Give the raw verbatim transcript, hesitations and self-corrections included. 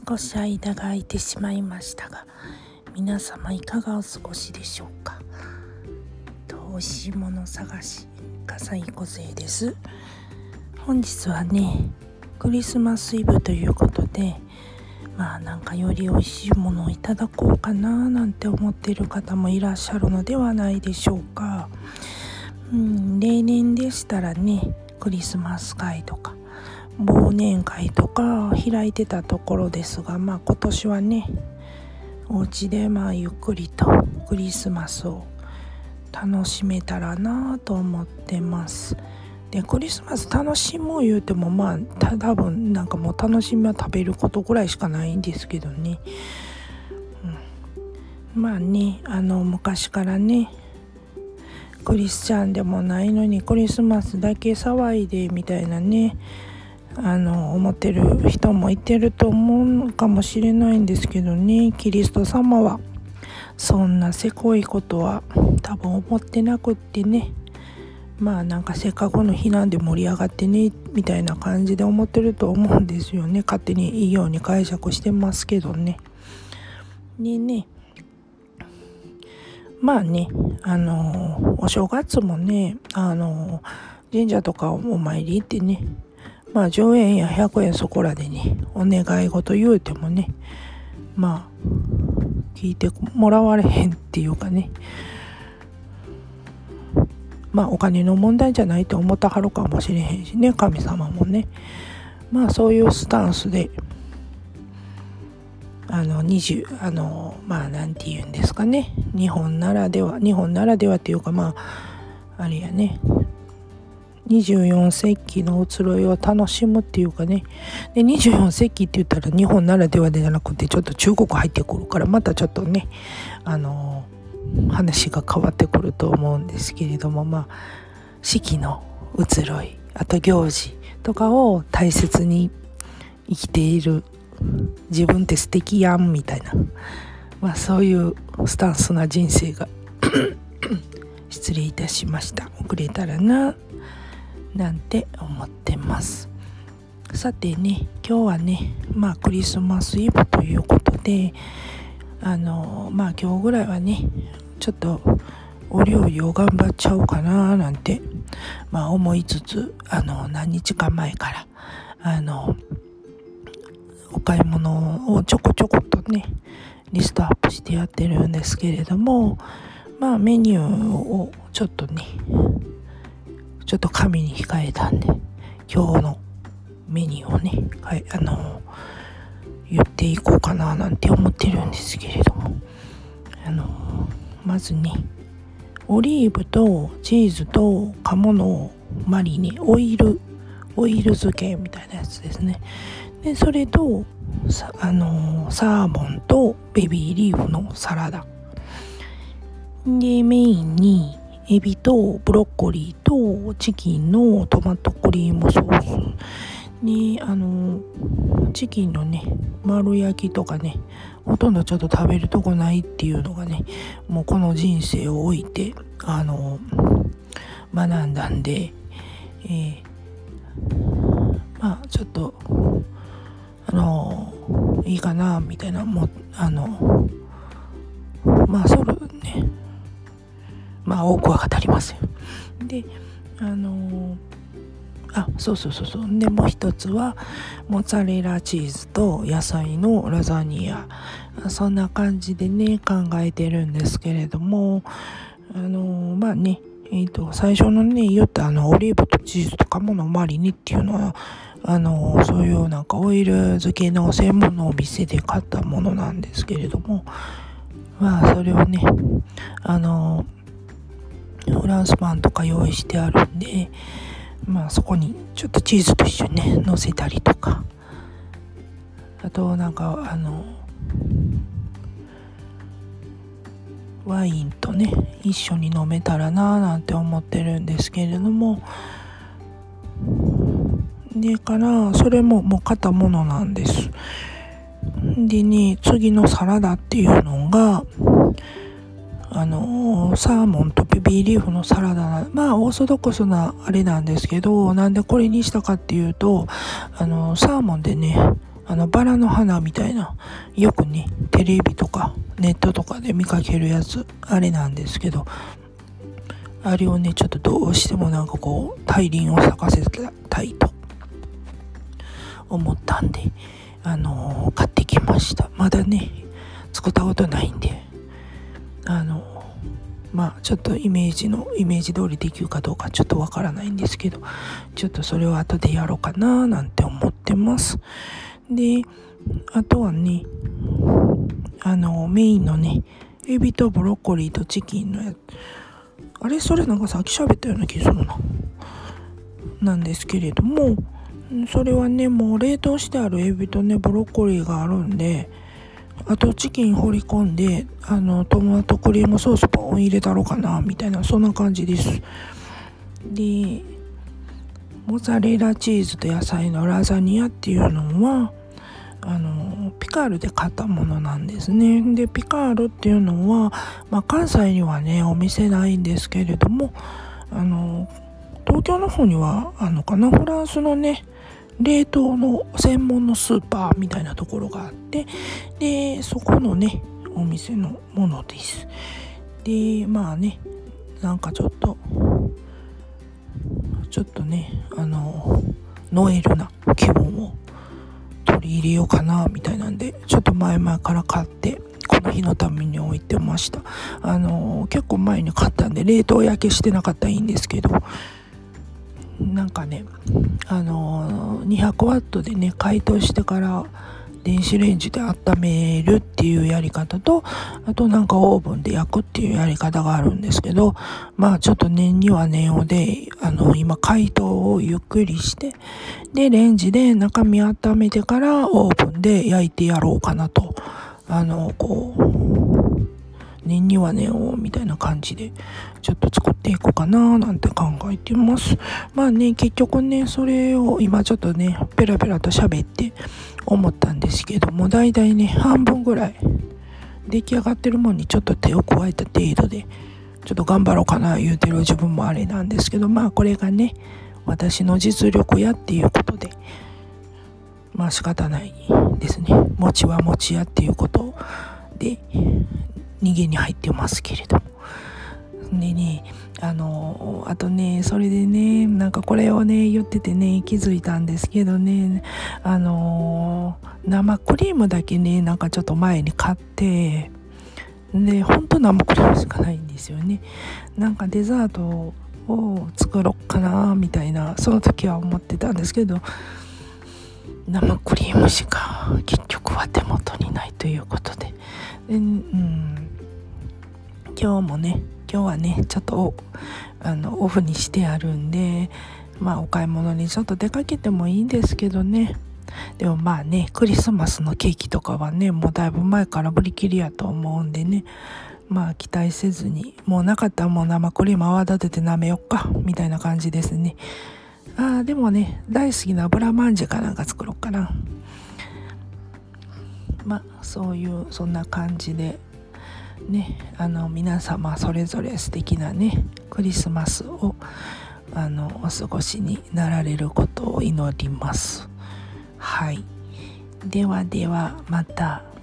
少し間が空いてしまいましたが、皆様いかがお過ごしでしょうか。美味しいもの探し笠井小生です。本日はねクリスマスイブということで、まあなんかより美味しいものをいただこうかななんて思っている方もいらっしゃるのではないでしょうか。うん、例年でしたらねクリスマス会とか忘年会とか開いてたところですが、まあ今年はねお家でまあゆっくりとクリスマスを楽しめたらなと思ってます。でクリスマス楽しもう言うてもまあた多分なんかもう楽しみは食べることぐらいしかないんですけどね、うん、まあねあの昔からねクリスチャンでもないのにクリスマスだけ騒いでみたいなねあの思ってる人もいてると思うかもしれないんですけどね、キリスト様はそんなせこいことは多分思ってなくってね、まあなんかせっかくの日なんで盛り上がってねみたいな感じで思ってると思うんですよね。勝手にいいように解釈してますけどね。でねまあねあのお正月もねあの神社とかお参り行ってね、まあじゅうえんやひゃくえんそこらでねお願い事言うてもねまあ聞いてもらわれへんっていうかね、まあお金の問題じゃないと思ったはるかもしれへんしね、神様もね、まあそういうスタンスであのにじゅうあのまあなんて言うんですかね、日本ならでは日本ならではっていうかまああれやねにじゅうよんせいきの移ろいを楽しむっていうかね、でにじゅうよんせいきって言ったら日本ならではでじゃなくてちょっと中国入ってくるからまたちょっとねあの話が変わってくると思うんですけれども、まあ四季の移ろいあと行事とかを大切に生きている自分って素敵やんみたいな、まあそういうスタンスな人生が失礼いたしました遅れたらななんて思ってます。さてね今日はねまあクリスマスイブということであのまあ今日ぐらいはねちょっとお料理を頑張っちゃおうかななんてまあ思いつつ、あの何日か前からあのお買い物をちょこちょことねリストアップしてやってるんですけれども、まあメニューをちょっとねちょっと紙に控えたんで今日のメニューをねはいあの言っていこうかななんて思ってるんですけれども、あのまずねオリーブとチーズと鴨のマリネオイルオイル漬けみたいなやつですね。でそれとさあのサーモンとベビーリーフのサラダでメインにエビとブロッコリーとチキンのトマトクリームソースにあのチキンのね丸焼きとかねほとんどちょっと食べるとこないっていうのがねもうこの人生を置いてあの学んだんで、えー、まあちょっとあのいいかなみたいなもあのまあそれねまあ多くは語りません。であのあそうそうそうそうでもう一つはモッツァレラチーズと野菜のラザニア、そんな感じでね考えてるんですけれども、あのまあねえっと最初のね言ったあのオリーブとチーズと鴨のマリネっていうのはあのそういうなんかオイル漬けの専門のお店で買ったものなんですけれども、まあそれをねあのフランスパンとか用意してあるんで、まあそこにちょっとチーズと一緒にね乗せたりとか、あとなんかあのワインとね一緒に飲めたらななんて思ってるんですけれども、でからそれももう買ったものなんです。でね次のサラダっていうのがあのサーモンとベビーリーフのサラダ、まあオーソドックスなあれなんですけど、なんでこれにしたかっていうとあのサーモンでねあのバラの花みたいな、よくねテレビとかネットとかで見かけるやつ、あれなんですけど、あれをねちょっとどうしてもなんかこう大輪を咲かせたいと思ったんで、あのー、買ってきました。まだね作ったことないんで、あのー、まあちょっとイメージのイメージ通りできるかどうかちょっとわからないんですけど、ちょっとそれを後でやろうかななんて思ってます。で、あとはね、あのー、メインのねエビとブロッコリーとチキンのやつ、あれそれなんかさっき喋ったような気するななんですけれども、それはねもう冷凍してあるエビとねブロッコリーがあるんで、あとチキン放り込んで、あのトマトクリームソースポン入れたろうかなみたいな、そんな感じです。で、モッツァレラチーズと野菜のラザニアっていうのはあのピカールで買ったものなんですね。でピカールっていうのは、まあ、関西にはねお店ないんですけれども、あの東京の方にはあのかな、フランスのね冷凍の専門のスーパーみたいなところがあって、でそこのねお店のものです。でまあね、なんかちょっとちょっとねあのノエルな気分を取り入れようかなみたいなんで、ちょっと前々から買ってこの日のために置いてました。あの結構前に買ったんで冷凍焼けしてなかったらいいんですけど、なんかねあのにひゃくワットでね解凍してから電子レンジで温めるっていうやり方と、あとなんかオーブンで焼くっていうやり方があるんですけど、まあちょっと念には念をで、あの今解凍をゆっくりして、でレンジで中身温めてからオーブンで焼いてやろうかなと、あのこう念には念をみたいな感じでちょっと作っていこうかななんて考えてます。まあね結局ねそれを今ちょっとねペラペラと喋って思ったんですけども、だいたいね半分ぐらい出来上がってるもんにちょっと手を加えた程度でちょっと頑張ろうかな言うてる自分もあれなんですけど、まあこれがね私の実力やっていうことで、まあ仕方ないですね。餅は餅やっていうことで逃げに入ってますけれども。でね、あのあとねそれでねなんかこれをね言っててね気づいたんですけどね、あの生クリームだけねなんかちょっと前に買って、でほんと生クリームしかないんですよね。なんかデザートを作ろうかなみたいなその時は思ってたんですけど、生クリームしか結局は手元にないということで、で、うん、今日もね今日はねちょっとあのオフにしてあるんで、まあお買い物にちょっと出かけてもいいんですけどね。でもまあねクリスマスのケーキとかはねもうだいぶ前から売り切りやと思うんでね、まあ期待せずに、もうなかったらもう生クリーム泡立てて舐めよっかみたいな感じですね。あーでもね大好きなブラマンジェかなんか作ろうかな。まあそういうそんな感じでね、あの皆様それぞれ素敵なねクリスマスをあのお過ごしになられることを祈ります。はい、ではではまた。